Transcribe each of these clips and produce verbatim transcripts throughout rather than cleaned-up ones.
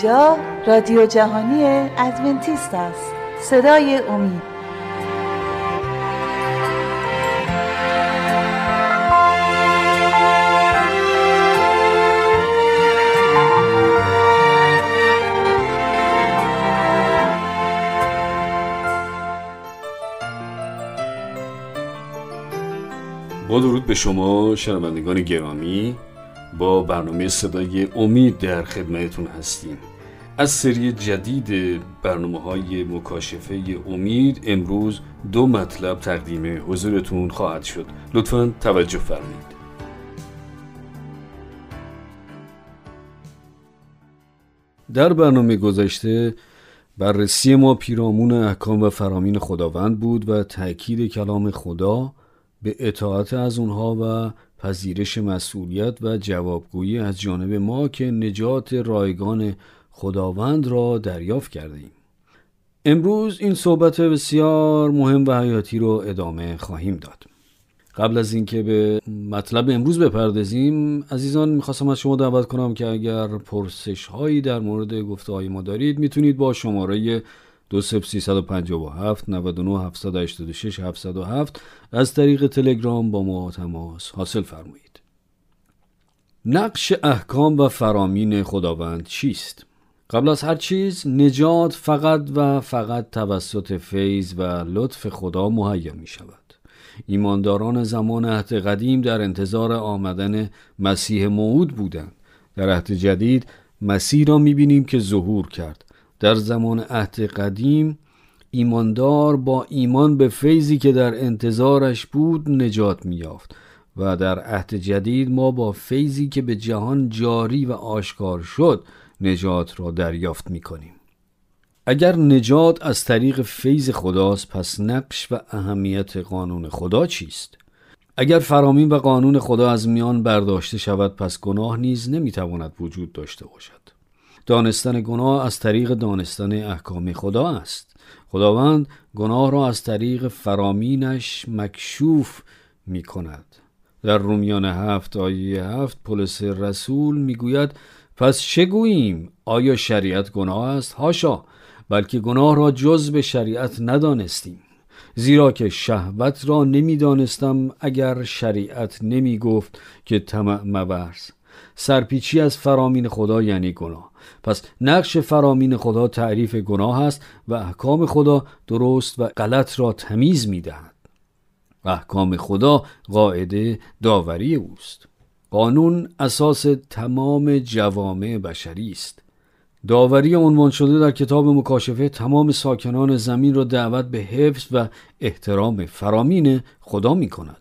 اینجا رادیو جهانی ادونتیست است، صدای امید. با درود به شما شنوندگان گرامی، با برنامه صدای امید در خدمتتون هستیم. از سری جدید برنامه‌های مکاشفه امید امروز دو مطلب تقدیم حضورتون خواهد شد. لطفاً توجه فرمایید. در برنامه گذشته بررسی ما پیرامون احکام و فرامین خداوند بود و تأکید کلام خدا به اطاعت از اونها و پذیرش مسئولیت و جوابگویی از جانب ما که نجات رایگان خداوند را دریافت کردیم. امروز این صحبت بسیار مهم و حیاتی رو ادامه خواهیم داد. قبل از اینکه به مطلب امروز بپردازیم، عزیزان میخواستم از شما دعوت کنم که اگر پرسش هایی در مورد گفته های ما دارید، میتونید با شماره دو صفر سیصد و پنجاه و هفت نود و نه هفتصد و هشتاد و شش هفتصد و هفت از طریق تلگرام با ما تماس حاصل فرمایید. نقش احکام و فرامین خداوند چیست؟ قبل از هر چیز نجات فقط و فقط توسط فیض و لطف خدا مهیا می شود. ایمانداران زمان عهد قدیم در انتظار آمدن مسیح موعود بودند. در عهد جدید مسیح را می بینیم که ظهور کرد. در زمان عهد قدیم ایماندار با ایمان به فیضی که در انتظارش بود نجات می‌یافت و در عهد جدید ما با فیضی که به جهان جاری و آشکار شد نجات را دریافت می‌کنیم. اگر نجات از طریق فیض خداست، پس نقش و اهمیت قانون خدا چیست؟ اگر فرامین و قانون خدا از میان برداشته شود، پس گناه نیز نمی‌تواند وجود داشته باشد. دانستن گناه از طریق دانستن احکام خدا است. خداوند گناه را از طریق فرامینش مکشوف می کند. در رومیان هفت آیه هفت پولس رسول می گوید پس چه گوییم؟ آیا شریعت گناه است؟ حاشا، بلکه گناه را جز به شریعت ندانستیم، زیرا که شهوت را نمی دانستم اگر شریعت نمی گفت که طمع مورز. سرپیچی از فرامین خدا یعنی گناه. پس نقش فرامین خدا تعریف گناه است و احکام خدا درست و غلط را تمیز می دهد. احکام خدا قاعده داوری اوست. قانون اساس تمام جوامع بشری است. داوری عنوان شده در کتاب مکاشفه تمام ساکنان زمین را دعوت به حفظ و احترام فرامین خدا می کند.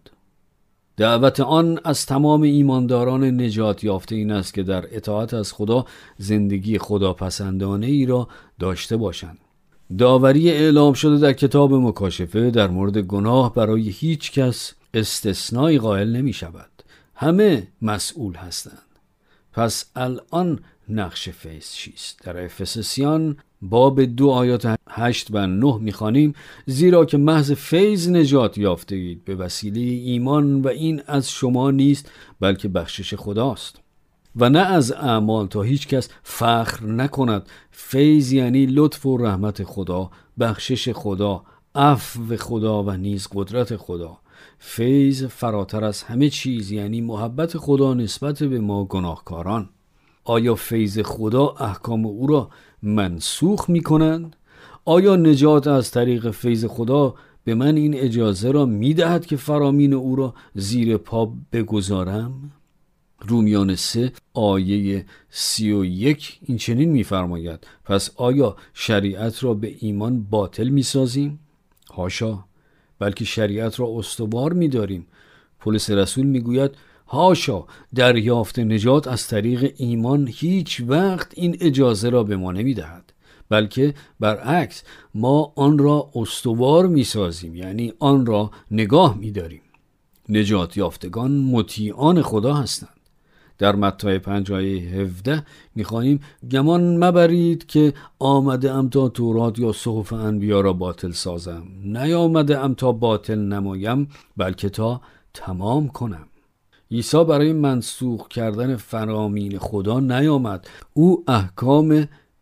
دعوت آن از تمام ایمانداران نجات یافته این است که در اطاعت از خدا زندگی خداپسندانه ای را داشته باشند. داوری اعلام شده در کتاب مکاشفه در مورد گناه برای هیچ کس استثنایی قائل نمی شود. همه مسئول هستند. پس الان نقش فیض چیست؟ در افسسیان باب دو آیات هشت و نه می‌خوانیم زیرا که محض فیض نجات یافته اید به وسیله ایمان و این از شما نیست بلکه بخشش خداست و نه از اعمال تا هیچ کس فخر نکند. فیض یعنی لطف و رحمت خدا، بخشش خدا، عفو خدا و نیز قدرت خدا. فیض فراتر از همه چیز یعنی محبت خدا نسبت به ما گناهکاران. آیا فیض خدا احکام او را منسوخ می کنند؟ آیا نجات از طریق فیض خدا به من این اجازه را می دهد که فرامین او را زیر پا بگذارم؟ رومیان سه آیه سی و یک این چنین می فرماید پس آیا شریعت را به ایمان باطل می سازیم؟ حاشا، بلکه شریعت را استوار می داریم. پولس رسول می گوید حاشا، دریافت نجات از طریق ایمان هیچ وقت این اجازه را به ما نمی دهد، بلکه برعکس ما آن را استوار می سازیم، یعنی آن را نگاه می داریم. نجات یافتگان مطیعان خدا هستند. در متی پنج آیه هفده می‌خوانیم گمان مبرید که آمده ام تا تورات یا صحف انبیا را باطل سازم، نیامده ام تا باطل نمایم بلکه تا تمام کنم. عیسی برای منسوخ کردن فرامین خدا نیامد، او احکام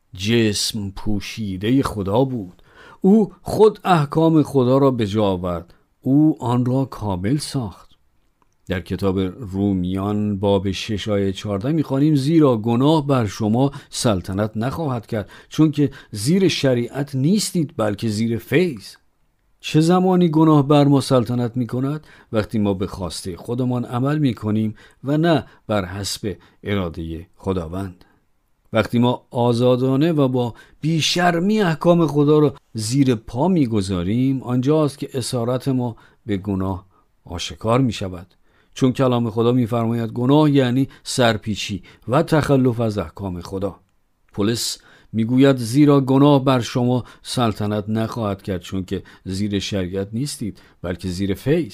جسم پوشیده خدا بود. او خود احکام خدا را به جا آورد. او آن را کامل ساخت. در کتاب رومیان باب شش آیه چهارده می‌خوانیم زیرا گناه بر شما سلطنت نخواهد کرد، چون که زیر شریعت نیستید بلکه زیر فیض. چه زمانی گناه بر ما سلطنت می‌کند؟ وقتی ما به خواسته خودمان عمل می‌کنیم و نه بر حسب اراده خداوند. وقتی ما آزادانه و با بیشرمی احکام خدا را زیر پا می‌گذاریم، آنجاست که اسارت ما به گناه آشکار می‌شود. چون کلام خدا می‌فرماید گناه یعنی سرپیچی و تخلف از احکام خدا. پولس میگوید زیرا گناه بر شما سلطنت نخواهد کرد، چون که زیر شریعت نیستید بلکه زیر فیض.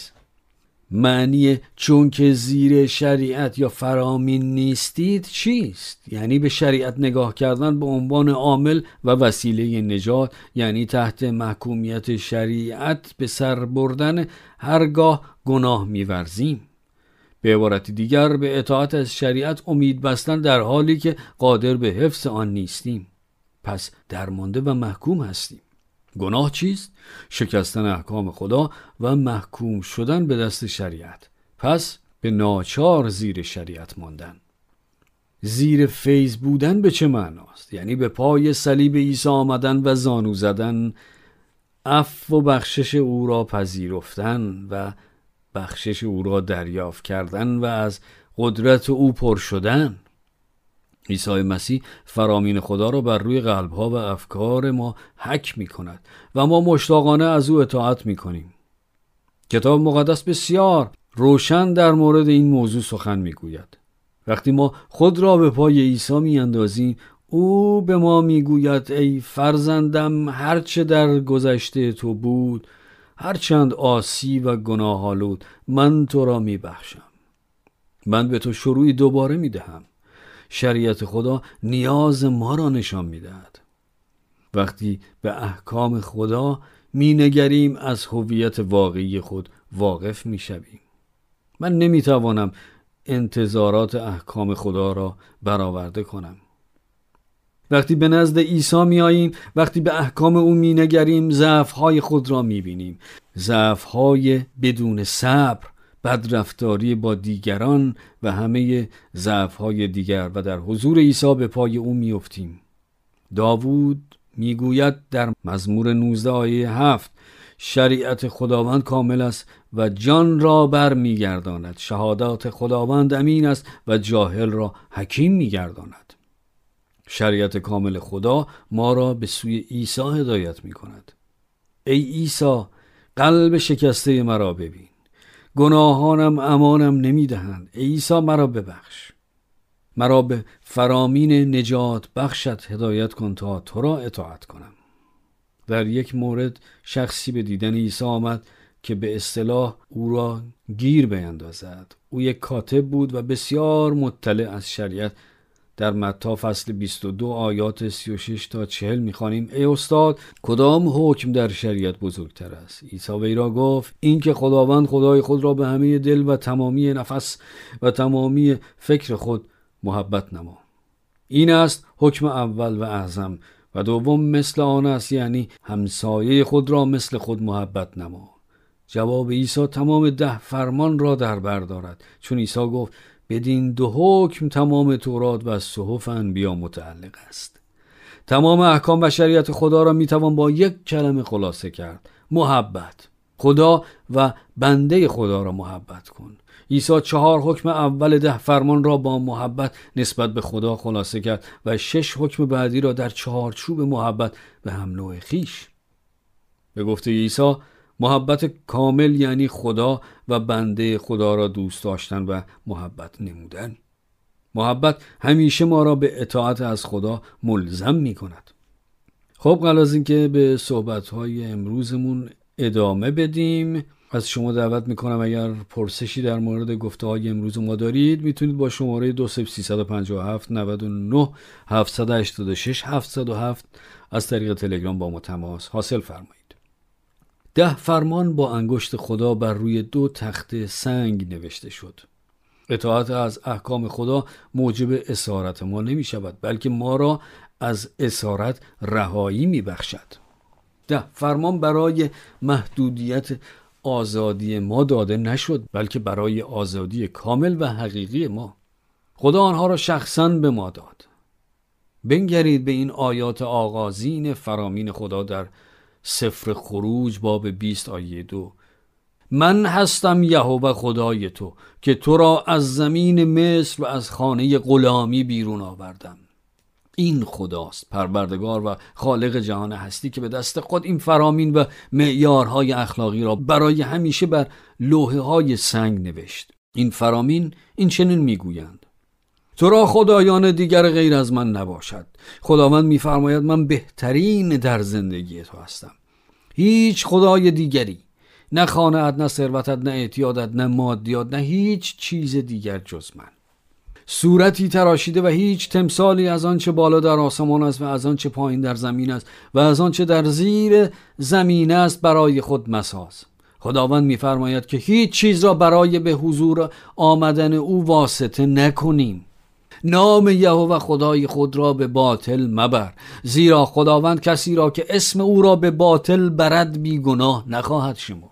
معنی چون که زیر شریعت یا فرامین نیستید چیست؟ یعنی به شریعت نگاه کردن به عنوان عامل و وسیله نجات، یعنی تحت محکومیت شریعت به سر بردن هرگاه گناه می‌ورزیم. به عبارت دیگر به اطاعت از شریعت امید بستن در حالی که قادر به حفظ آن نیستیم. پس درمانده و محکوم هستیم. گناه چیست؟ شکستن احکام خدا و محکوم شدن به دست شریعت. پس به ناچار زیر شریعت ماندن. زیر فیض بودن به چه معناست؟ یعنی به پای صلیب عیسی آمدن و زانو زدن، عفو و بخشش او را پذیرفتن و بخشش او را دریافت کردن و از قدرت او پر شدن. عیسی مسیح فرامین خدا را بر روی قلب‌ها و افکار ما حک می‌کند و ما مشتاقانه از او اطاعت می‌کنیم. کتاب مقدس بسیار روشن در مورد این موضوع سخن می‌گوید. وقتی ما خود را به پای عیسی می‌اندازیم، او به ما می‌گوید ای فرزندم، هرچه در گذشته تو بود، هرچند آسی و گناه‌آلود، من تو را می‌بخشم. من به تو شروعی دوباره می‌دهم. شریعت خدا نیاز ما را نشان می‌دهد. وقتی به احکام خدا می‌نگریم از هویت واقعی خود واقف می‌شویم. من نمی‌توانم انتظارات احکام خدا را برآورده کنم. وقتی به نزد عیسی میاییم، وقتی به احکام او مینگریم، ضعف‌های خود را میبینیم. ضعف‌های بدون صبر، بدرفتاری با دیگران و همه ضعف‌های دیگر و در حضور عیسی به پای او میافتیم. داوود میگوید در مزمور نوزده آیه هفت شریعت خداوند کامل است و جان را بر میگرداند. شهادات خداوند امین است و جاهل را حکیم میگرداند. شریعت کامل خدا ما را به سوی عیسی هدایت می کند. ای عیسی، قلب شکسته مرا ببین. گناهانم امانم نمی دهند. ای عیسی، مرا ببخش. مرا به فرامین نجات بخشت هدایت کن تا تو را اطاعت کنم. در یک مورد شخصی به دیدن عیسی آمد که به اصطلاح او را گیر بیندازد. او یک کاتب بود و بسیار مطلع از شریعت. در متی فصل بیست و دو آیات سی و شش تا چهل می‌خوانیم ای استاد، کدام حکم در شریعت بزرگتر است؟ عیسی وی را گفت این که خداوند خدای خود را به همه دل و تمامی نفس و تمامی فکر خود محبت نما. این است حکم اول و اعظم و دوم مثل آن است، یعنی همسایه خود را مثل خود محبت نما. جواب عیسی تمام ده فرمان را در بر دارد، چون عیسی گفت بدین دو حکم تمام تورات و صحف انبیا متعلق است. تمام احکام و شریعت خدا را میتوان با یک کلمه خلاصه کرد: محبت. خدا و بنده خدا را محبت کن. عیسی چهار حکم اول ده فرمان را با محبت نسبت به خدا خلاصه کرد و شش حکم بعدی را در چهارچوب محبت به هم نوع خیش. به گفته عیسی محبت کامل یعنی خدا و بنده خدا را دوست داشتن و محبت نمودن. محبت همیشه ما را به اطاعت از خدا ملزم می کند. خب قبل از اینکه به صحبت‌های امروزمون ادامه بدیم، از شما دعوت میکنم اگر پرسشی در مورد گفته‌های امروز ما دارید میتونید با شماره دو صفر سه پنج هفت نه نه هفت هشت شش هفت صفر هفت از طریق تلگرام با ما تماس حاصل فرمایید. ده فرمان با انگشت خدا بر روی دو تخت سنگ نوشته شد. اطاعت از احکام خدا موجب اسارت ما نمی شود، بلکه ما را از اسارت رهایی میبخشد. ده فرمان برای محدودیت آزادی ما داده نشد، بلکه برای آزادی کامل و حقیقی ما. خدا آنها را شخصاً به ما داد. بنگرید به این آیات آغازین فرامین خدا در سفر خروج باب بیست آیه دو. من هستم یهوه خدای تو که تو را از زمین مصر و از خانه غلامی بیرون آوردم. این خداست، پروردگار و خالق جهان هستی، که به دست خود این فرامین و معیارهای اخلاقی را برای همیشه بر لوحه های سنگ نوشت. این فرامین این چنین میگویند: تو را خدایان دیگر غیر از من نباشد. خداوند میفرماید من بهترین در زندگی تو هستم. هیچ خدای دیگری، نه خانه‌ات، نه ثروتت، نه اعتیادت، نه مادیات، نه هیچ چیز دیگر جز من. صورتی تراشیده و هیچ تمثالی از آنچه بالا در آسمان است و از آنچه پایین در زمین است و از آنچه در زیر زمین است برای خود مساز. خداوند می‌فرماید که هیچ چیز را برای به حضور آمدن او واسطه نکنیم. نام یهوه خدای خود را به باطل مبر، زیرا خداوند کسی را که اسم او را به باطل برد بی گناه نخواهد شمرد.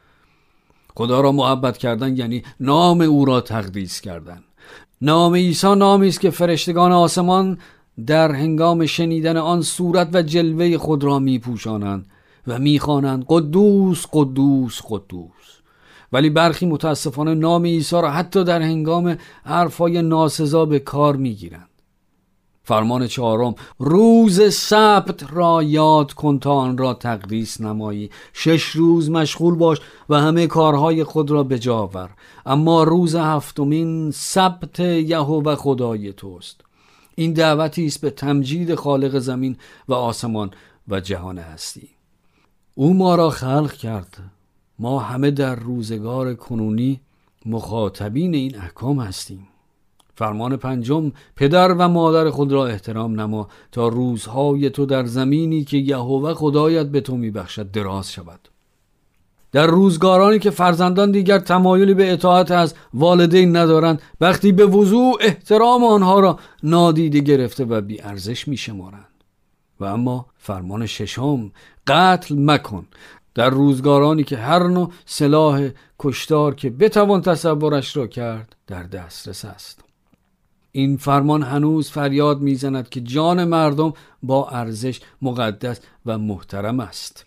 خدا را محبت کردن یعنی نام او را تقدیس کردن. نام عیسی نامی است که فرشتگان آسمان در هنگام شنیدن آن صورت و جلوه خود را میپوشانند و میخوانند قدوس قدوس قدوس. ولی برخی متاسفانه نام عیسی را حتی در هنگام حرفای ناسزا به کار میگیرند. فرمان چهارم: روز سبت را یاد کن تا آن را تقدیس نمایی. شش روز مشغول باش و همه کارهای خود را به جا آور، اما روز هفتمین سبت یهوه خدای توست. این دعوتی است به تمجید خالق زمین و آسمان و جهان هستی. او ما را خلق کرد. ما همه در روزگار کنونی مخاطبین این احکام هستیم. فرمان پنجم: پدر و مادر خود را احترام نما تا روزهای تو در زمینی که یهوه خدایت به تو میبخشد دراز شود. در روزگارانی که فرزندان دیگر تمایلی به اطاعت از والدین ندارند، وقتی به وضوح احترام آنها را نادیده گرفته و بی ارزش میشمارند. و اما فرمان ششم: قتل مکن. در روزگارانی که هر نوع سلاح کشتار که بتوان تصورش را کرد در دسترس است. این فرمان هنوز فریاد میزند که جان مردم با ارزش، مقدس و محترم است.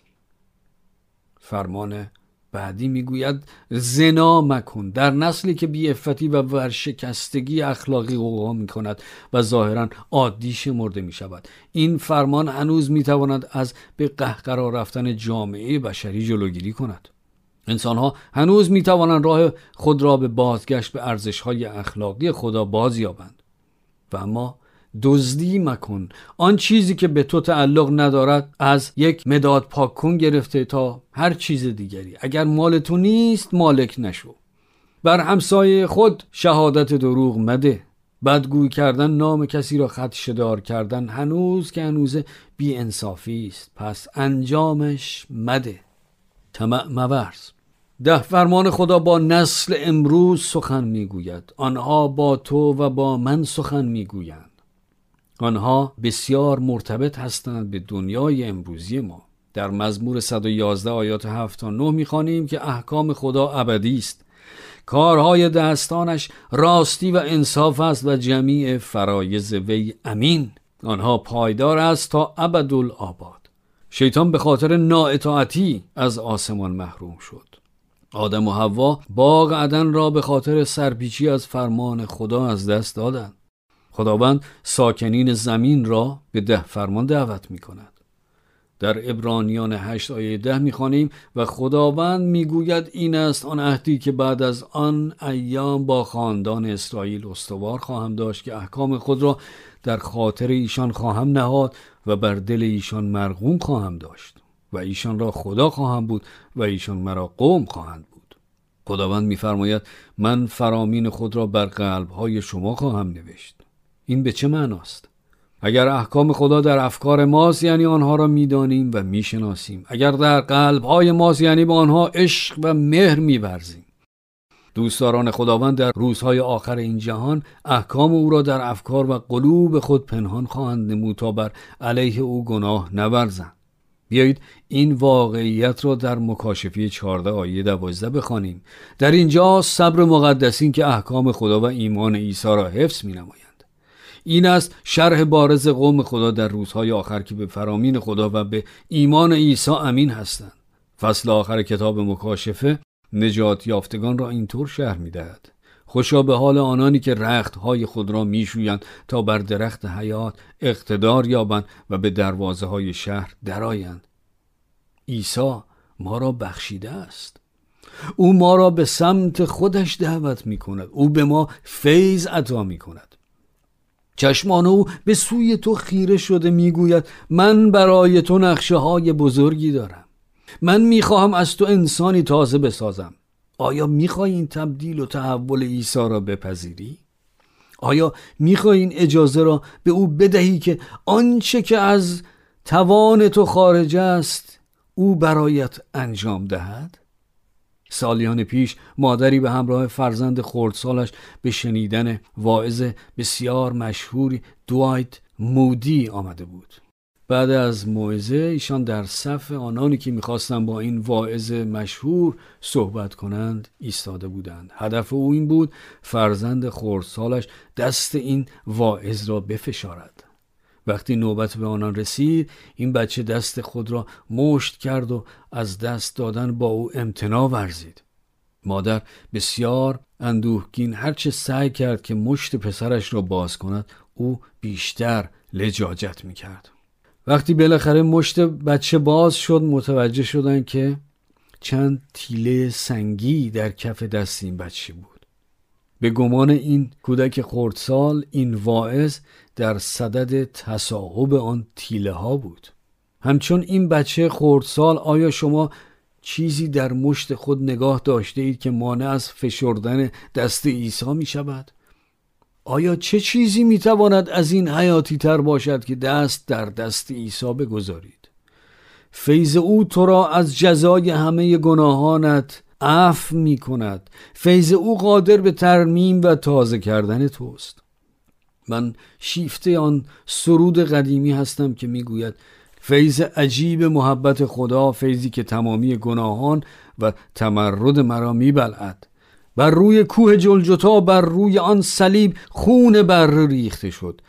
فرمان بعدی میگوید زنا مکن. در نسلی که بی‌عفتی و ورشکستگی اخلاقی غوغا میکند و ظاهرا عادی شمرده میشود، این فرمان هنوز میتواند از به قهقرا رفتن جامعه بشری جلوگیری کند. انسان‌ها هنوز میتوانند راه خود را به بازگشت به ارزش‌های اخلاقی خدا بازیابند. و اما دزدی مکن. آن چیزی که به تو تعلق ندارد، از یک مداد پاک کن گرفته تا هر چیز دیگری، اگر مال تو نیست مالک نشو. بر همسایه خود شهادت دروغ مده. بدگویی کردن، نام کسی را خدشه‌دار کردن هنوز که هنوز بی انصافی است، پس انجامش مده. طمع مورز. ده فرمان خدا با نسل امروز سخن میگوید. آنها با تو و با من سخن میگویند. آنها بسیار مرتبط هستند به دنیای امروزی ما. در مزمور صد و یازده آیات هفت تا نه میخوانیم که احکام خدا ابدی است. کارهای دستانش راستی و انصاف است و جمیع فرایض وی امین. آنها پایدار است تا ابدالآباد. شیطان به خاطر نااطاعتی از آسمان محروم شد. آدم و حوا باغ عدن را به خاطر سرپیچی از فرمان خدا از دست دادند. خداوند ساکنین زمین را به ده فرمان دعوت می کند. در عبرانیان هشت آیه ده می خوانیم و خداوند می گوید این است آن عهدی که بعد از آن ایام با خاندان اسرائیل استوار خواهم داشت که احکام خود را در خاطر ایشان خواهم نهاد و بر دل ایشان مرغوم خواهم داشت و ایشان را خدا خواهم بود و ایشان مرا قوم خواهند بود. خداوند می فرماید من فرامین خود را بر قلب‌های شما خواهم نوشت. این به چه معناست؟ اگر احکام خدا در افکار ماست یعنی آنها را میدانیم و میشناسیم. اگر در قلب‌های ماست یعنی با آنها عشق و مهر می‌ورزیم. دوستداران خداوند در روزهای آخر این جهان احکام او را در افکار و قلوب خود پنهان خواهند نمود تا بر علیه او گناه نورزند. بیایید این واقعیت را در مکاشفه چهارده آیه دوازده بخوانیم. در اینجا صبر مقدسین که احکام خدا و ایمان عیسی را حفظ می‌نمایند. این است شرح بارز قوم خدا در روزهای آخر که به فرامین خدا و به ایمان عیسی امین هستند. فصل آخر کتاب مکاشفه نجات یافتگان را اینطور شرح می‌دهد: خوشا به حال آنانی که رختهای خود را میشویند تا بر درخت حیات اقتدار یابند و به دروازه های شهر درآیند. عیسی ما را بخشیده است. او ما را به سمت خودش دعوت می کند. او به ما فیض عطا می کند. چشمان او به سوی تو خیره شده می گوید من برای تو نقشه های بزرگی دارم. من می خواهم از تو انسانی تازه بسازم. آیا میخوای این تبدیل و تحول عیسی را بپذیری؟ آیا میخوای این اجازه را به او بدهی که آنچه که از توان تو خارج است او برایت انجام دهد؟ سالیان پیش مادری به همراه فرزند خردسالش به شنیدن واعظ بسیار مشهوری دوایت مودی آمده بود. بعد از موعظه ایشان در صف آنانی که می‌خواستند با این واعظ مشهور صحبت کنند ایستاده بودند. هدف او این بود فرزند خردسالش دست این واعظ را بفشارد. وقتی نوبت به آنان رسید این بچه دست خود را مشت کرد و از دست دادن با او امتناع ورزید. مادر بسیار اندوهگین هرچه سعی کرد که مشت پسرش را باز کند او بیشتر لجاجت می‌کرد. وقتی بالاخره مشت بچه باز شد متوجه شدن که چند تیله سنگی در کف دست این بچه بود. به گمان این کودک خردسال این واعظ در صدد تصاحب آن تیله ها بود. همچون این بچه خردسال آیا شما چیزی در مشت خود نگاه داشته اید که مانع از فشردن دست عیسی می شود؟ آیا چه چیزی میتواند از این حیاتی تر باشد که دست در دست عیسی بگذارید؟ فیض او تو را از جزای همه گناهانت عفو می کند. فیض او قادر به ترمیم و تازه کردن توست. من شیفته آن سرود قدیمی هستم که میگوید فیض عجیب محبت خدا، فیضی که تمامی گناهان و تمرد مرا میبلعد. بر روی کوه جلجتا بر روی آن صلیب خون بر ریخته شد.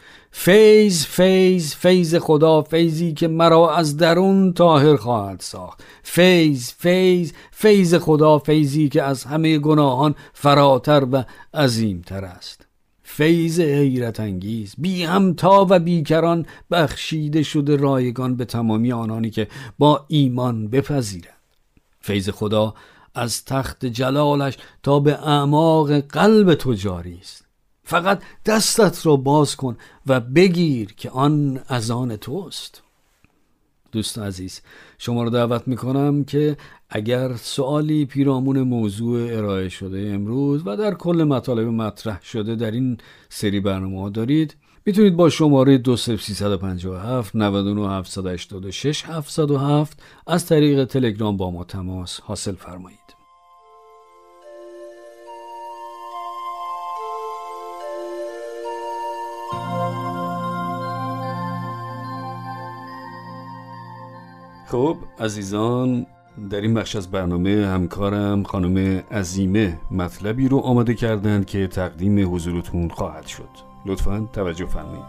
فیض فیض فیض خدا، فیضی که مرا از درون طاهر خواهد ساخت. فیض فیض فیض خدا، فیضی که از همه گناهان فراتر و عظیمتر است. فیض حیرت انگیز، بی همتا و بیکران بخشیده شده رایگان به تمامی آنانی که با ایمان بپذیرند. فیض خدا از تخت جلالش تا به اعماق قلب تو جاری است. فقط دستت را باز کن و بگیر که آن از آن توست. دوست عزیز، شما را دعوت میکنم که اگر سوالی پیرامون موضوع ارائه شده امروز و در کل مطالب مطرح شده در این سری برنامه ها دارید، میتونید با شماره دو صفر سه پنج هفت نه نه هفت هشت شش هفت صفر هفت از طریق تلگرام با ما تماس حاصل فرمایید. خب عزیزان، در این بخش از برنامه همکارم خانم عظیمه مطلبی رو آماده کردند که تقدیم حضورتون خواهد شد. لطفاً توجه فرمایید.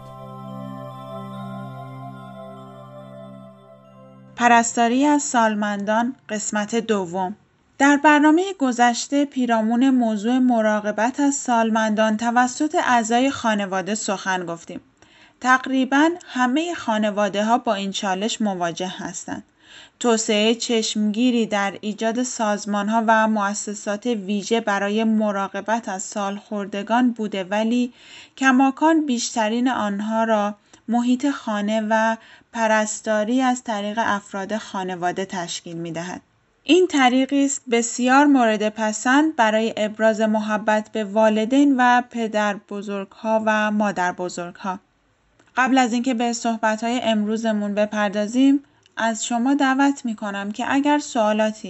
پرستاری از سالمندان قسمت دوم. در برنامه گذشته پیرامون موضوع مراقبت از سالمندان توسط اعضای خانواده سخن گفتیم. تقریباً همه خانواده ها با این چالش مواجه هستند. توسعه چشمگیری در ایجاد سازمان‌ها و مؤسسات ویژه برای مراقبت از سالخوردگان بوده، ولی کماکان بیشترین آنها را محیط خانه و پرستاری از طریق افراد خانواده تشکیل می‌دهد. این طریقی است بسیار مورد پسند برای ابراز محبت به والدین و پدر بزرگ‌ها و مادر بزرگ‌ها. قبل از اینکه به صحبت‌های امروزمون بپردازیم، از شما دعوت می‌کنم که اگر سوالاتی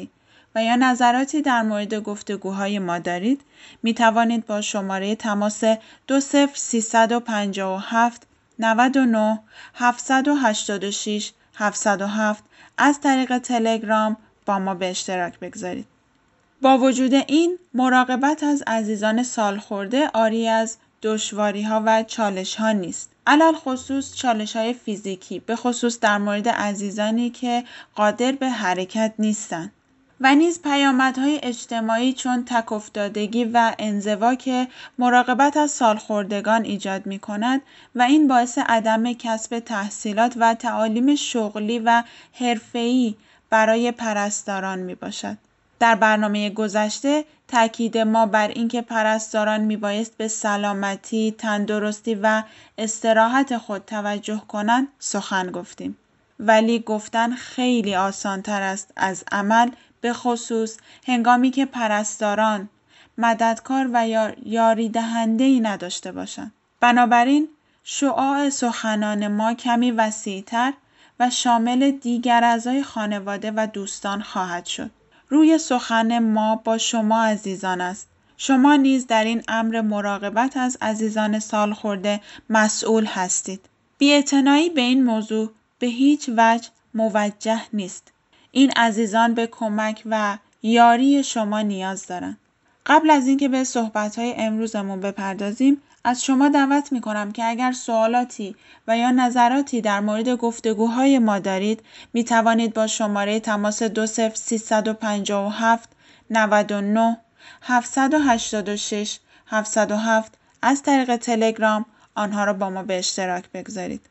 و یا نظراتی در مورد گفتگوهای ما دارید، می توانید با شماره تماس دو صفر سیصد و پنجاه و هفت نود و نه هفتصد و هشتاد و شش هفتصد و هفت از طریق تلگرام با ما به اشتراک بگذارید. با وجود این، مراقبت از عزیزان سالخورده عاری از دشواری‌ها و چالش‌ها نیست. علل خصوص چالش‌های فیزیکی، به خصوص در مورد عزیزانی که قادر به حرکت نیستند. و نیز پیامدهای اجتماعی چون تک افتادگی و انزوا که مراقبت از سالخوردگان ایجاد می‌کند و این باعث عدم کسب تحصیلات و تعالیم شغلی و حرفه‌ای برای پرستاران میباشد. در برنامه گذشته تاکید ما بر اینکه پرستاران میبایست به سلامتی، تندرستی و استراحت خود توجه کنند سخن گفتیم. ولی گفتن خیلی آسان‌تر است از عمل، به خصوص هنگامی که پرستاران مددکار و یا یاری دهنده‌ای نداشته باشند. بنابراین شعاع سخنان ما کمی وسیع‌تر و شامل دیگر اعضای خانواده و دوستان خواهد شد. روی سخن ما با شما عزیزان است. شما نیز در این امر مراقبت از عزیزان سالخورده مسئول هستید. بی‌اعتنایی به این موضوع به هیچ وجه موجه نیست. این عزیزان به کمک و یاری شما نیاز دارند. قبل از اینکه به صحبت‌های امروزمون بپردازیم، از شما دعوت می‌کنم که اگر سوالاتی و یا نظراتی در مورد گفتگوهای ما دارید، می توانید با شماره تماس دو صفر سیصد و پنجاه و هفت نود و نه هفتصد و هشتاد و شش هفتصد و هفت از طریق تلگرام آنها را با ما به اشتراک بگذارید.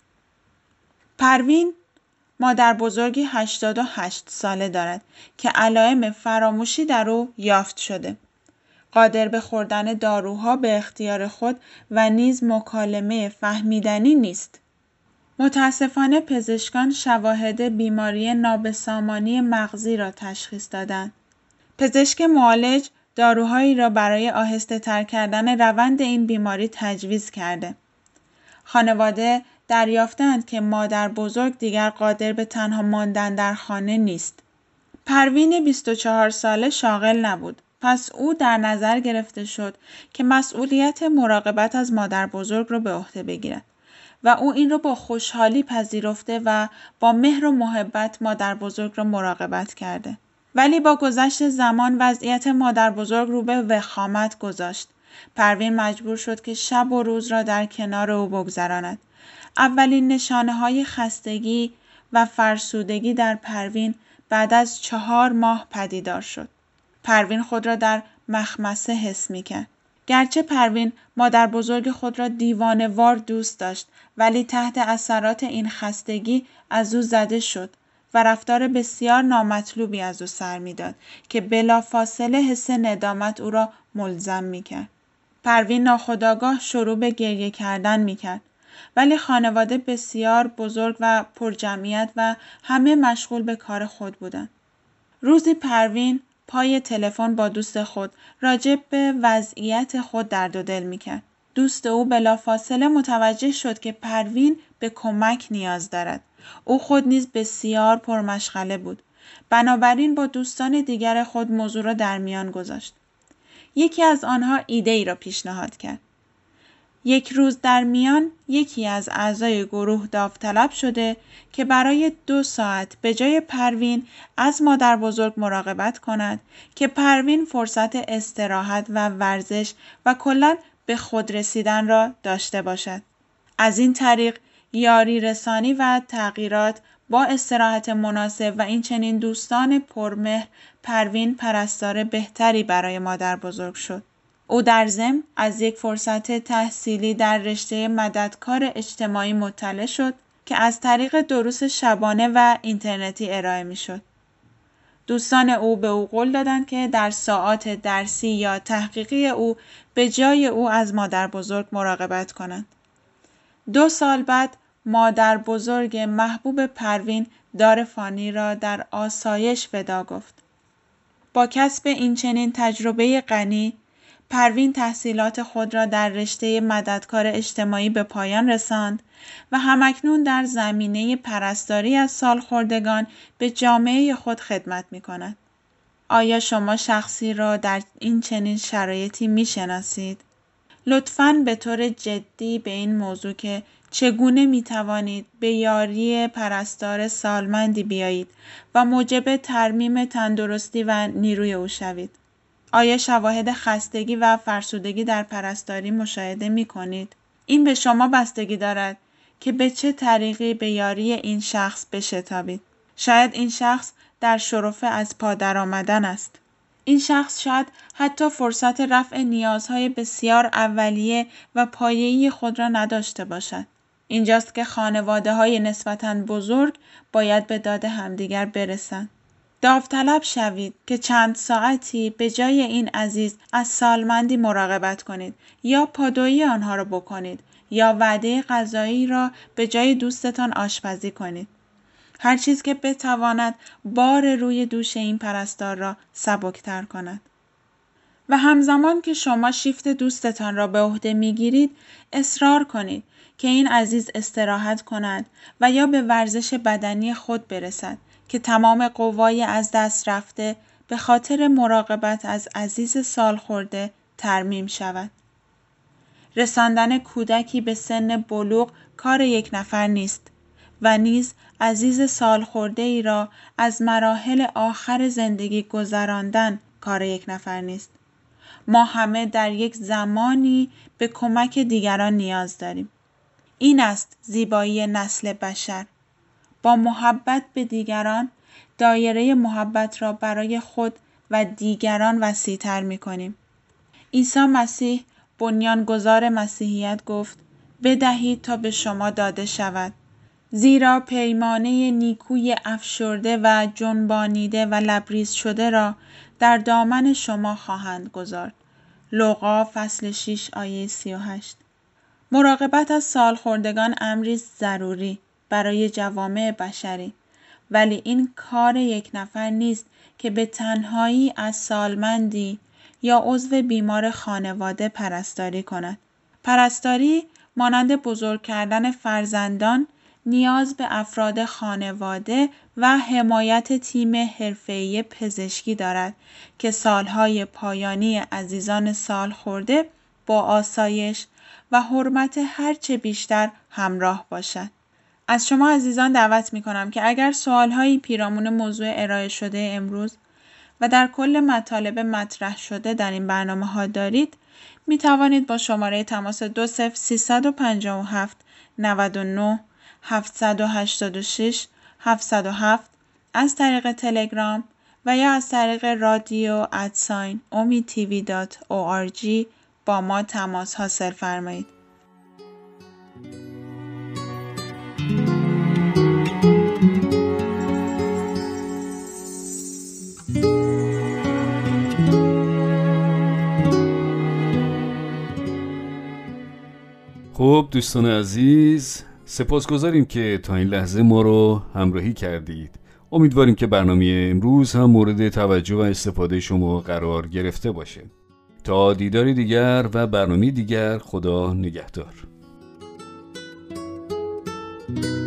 پروین مادر بزرگی هشتاد و هشت ساله دارد که علائم فراموشی در او یافت شده. قادر به خوردن داروها به اختیار خود و نیز مکالمه فهمیدنی نیست. متاسفانه پزشکان شواهد بیماری نابسامانی مغزی را تشخیص دادند. پزشک معالج داروهایی را برای آهسته تر کردن روند این بیماری تجویز کرده. خانواده دریافتند که مادر بزرگ دیگر قادر به تنها ماندن در خانه نیست. پروین بیست و چهار ساله شاغل نبود. پس او در نظر گرفته شد که مسئولیت مراقبت از مادر بزرگ را به عهده بگیرد و او این را با خوشحالی پذیرفته و با مهر و محبت مادر بزرگ را مراقبت کرده. ولی با گذشت زمان وضعیت مادر بزرگ رو به وخامت گذاشت. پروین مجبور شد که شب و روز را در کنار او بگذراند. اولین نشانه های خستگی و فرسودگی در پروین بعد از چهار ماه پدیدار شد. پروین خود را در مخمصه حس می‌کرد. گرچه پروین مادر بزرگ خود را دیوانه‌وار دوست داشت، ولی تحت اثرات این خستگی از او زده شد و رفتار بسیار نامطلوبی از او سر می‌داد که بلافاصله حس ندامت او را ملزم می‌کرد. پروین ناخودآگاه شروع به گریه کردن می‌کرد، ولی خانواده بسیار بزرگ و پرجمعیت و همه مشغول به کار خود بودند. روزی پروین پای تلفن با دوست خود راجع به وضعیت خود درد و دل می‌کرد. دوست او بلافاصله متوجه شد که پروین به کمک نیاز دارد. او خود نیز بسیار پرمشغله بود. بنابراین با دوستان دیگر خود موضوع را در میان گذاشت. یکی از آنها ایده ای را پیشنهاد کرد. یک روز در میان یکی از اعضای گروه داوطلب شده که برای دو ساعت به جای پروین از مادر بزرگ مراقبت کند که پروین فرصت استراحت و ورزش و کلاً به خود رسیدن را داشته باشد. از این طریق یاری رسانی و تغییرات با استراحت مناسب و این چنین دوستان پرمهر پروین پرستار بهتری برای مادر بزرگ شد. او در ضمن از یک فرصت تحصیلی در رشته مددکار اجتماعی مطلع شد که از طریق دروس شبانه و اینترنتی ارائه می شد. دوستان او به او قول دادند که در ساعات درسی یا تحقیقی او به جای او از مادر بزرگ مراقبت کنند. دو سال بعد مادر بزرگ محبوب پروین دار فانی را در آسایش ودا گفت. با کسب این چنین تجربه غنی، پروین تحصیلات خود را در رشته مددکار اجتماعی به پایان رساند و همکنون در زمینه پرستاری از سالخوردگان به جامعه خود خدمت می کند. آیا شما شخصی را در این چنین شرایطی می‌شناسید؟ لطفاً به طور جدی به این موضوع که چگونه می توانید به یاری پرستار سالمندی بیایید و موجب ترمیم تندرستی و نیروی او شوید. آیا شواهد خستگی و فرسودگی در پرستاری مشاهده می کنید؟ این به شما بستگی دارد که به چه طریقی به یاری این شخص بشتابید. شاید این شخص در شرف از پا درآمدن است. این شخص شاید حتی فرصت رفع نیازهای بسیار اولیه و پایه‌ای خود را نداشته باشد. اینجاست که خانواده‌های نسبتاً بزرگ باید به داد همدیگر برسند. داوطلب شوید که چند ساعتی به جای این عزیز از سالمندی مراقبت کنید یا پادویی آنها را بکنید یا وعده غذایی را به جای دوستتان آشپزی کنید. هر چیز که بتواند بار روی دوش این پرستار را سبکتر کند. و همزمان که شما شیفت دوستتان را به عهده میگیرید، اصرار کنید که این عزیز استراحت کند و یا به ورزش بدنی خود برسد که تمام قوای از دست رفته به خاطر مراقبت از عزیز سالخورده ترمیم شود. رساندن کودکی به سن بلوغ کار یک نفر نیست و نیز عزیز سالخورده ای را از مراحل آخر زندگی گذراندن کار یک نفر نیست. ما همه در یک زمانی به کمک دیگران نیاز داریم. این است زیبایی نسل بشر. با محبت به دیگران، دایره محبت را برای خود و دیگران وسیع‌تر می‌کنیم. عیسی مسیح بنیانگذار مسیحیت گفت: بدهید تا به شما داده شود. زیرا پیمانه نیکوی افشرده و جنبانیده و لبریز شده را در دامن شما خواهند گذارد. لوقا فصل شش آیه سی و هشت. مراقبت از سالخوردگان امری ضروری برای جوامع بشری، ولی این کار یک نفر نیست که به تنهایی از سالمندی یا عضو بیمار خانواده پرستاری کند. پرستاری مانند بزرگ کردن فرزندان نیاز به افراد خانواده و حمایت تیم حرفه‌ای پزشکی دارد که سالهای پایانی عزیزان سالخورده با آسایش و حرمت هرچه بیشتر همراه باشد. از شما عزیزان دعوت می کنم که اگر سوالهایی پیرامون موضوع ارائه شده امروز و در کل مطالب مطرح شده در این برنامه ها دارید، می توانید با شماره تماس دو صفر سیصد و پنجاه و هفت نود و نه هفتصد و هشتاد و شش هفتصد و هفت از طریق تلگرام و یا از طریق رادیو ادساین امید تیوی دات او آر جی با ما تماس حاصل فرمایید. خب دوستان عزیز، سپاسگزاریم که تا این لحظه ما رو همراهی کردید. امیدواریم که برنامه امروز هم مورد توجه و استفاده شما قرار گرفته باشه. تا دیداری دیگر و برنامه دیگر، خدا نگهدار.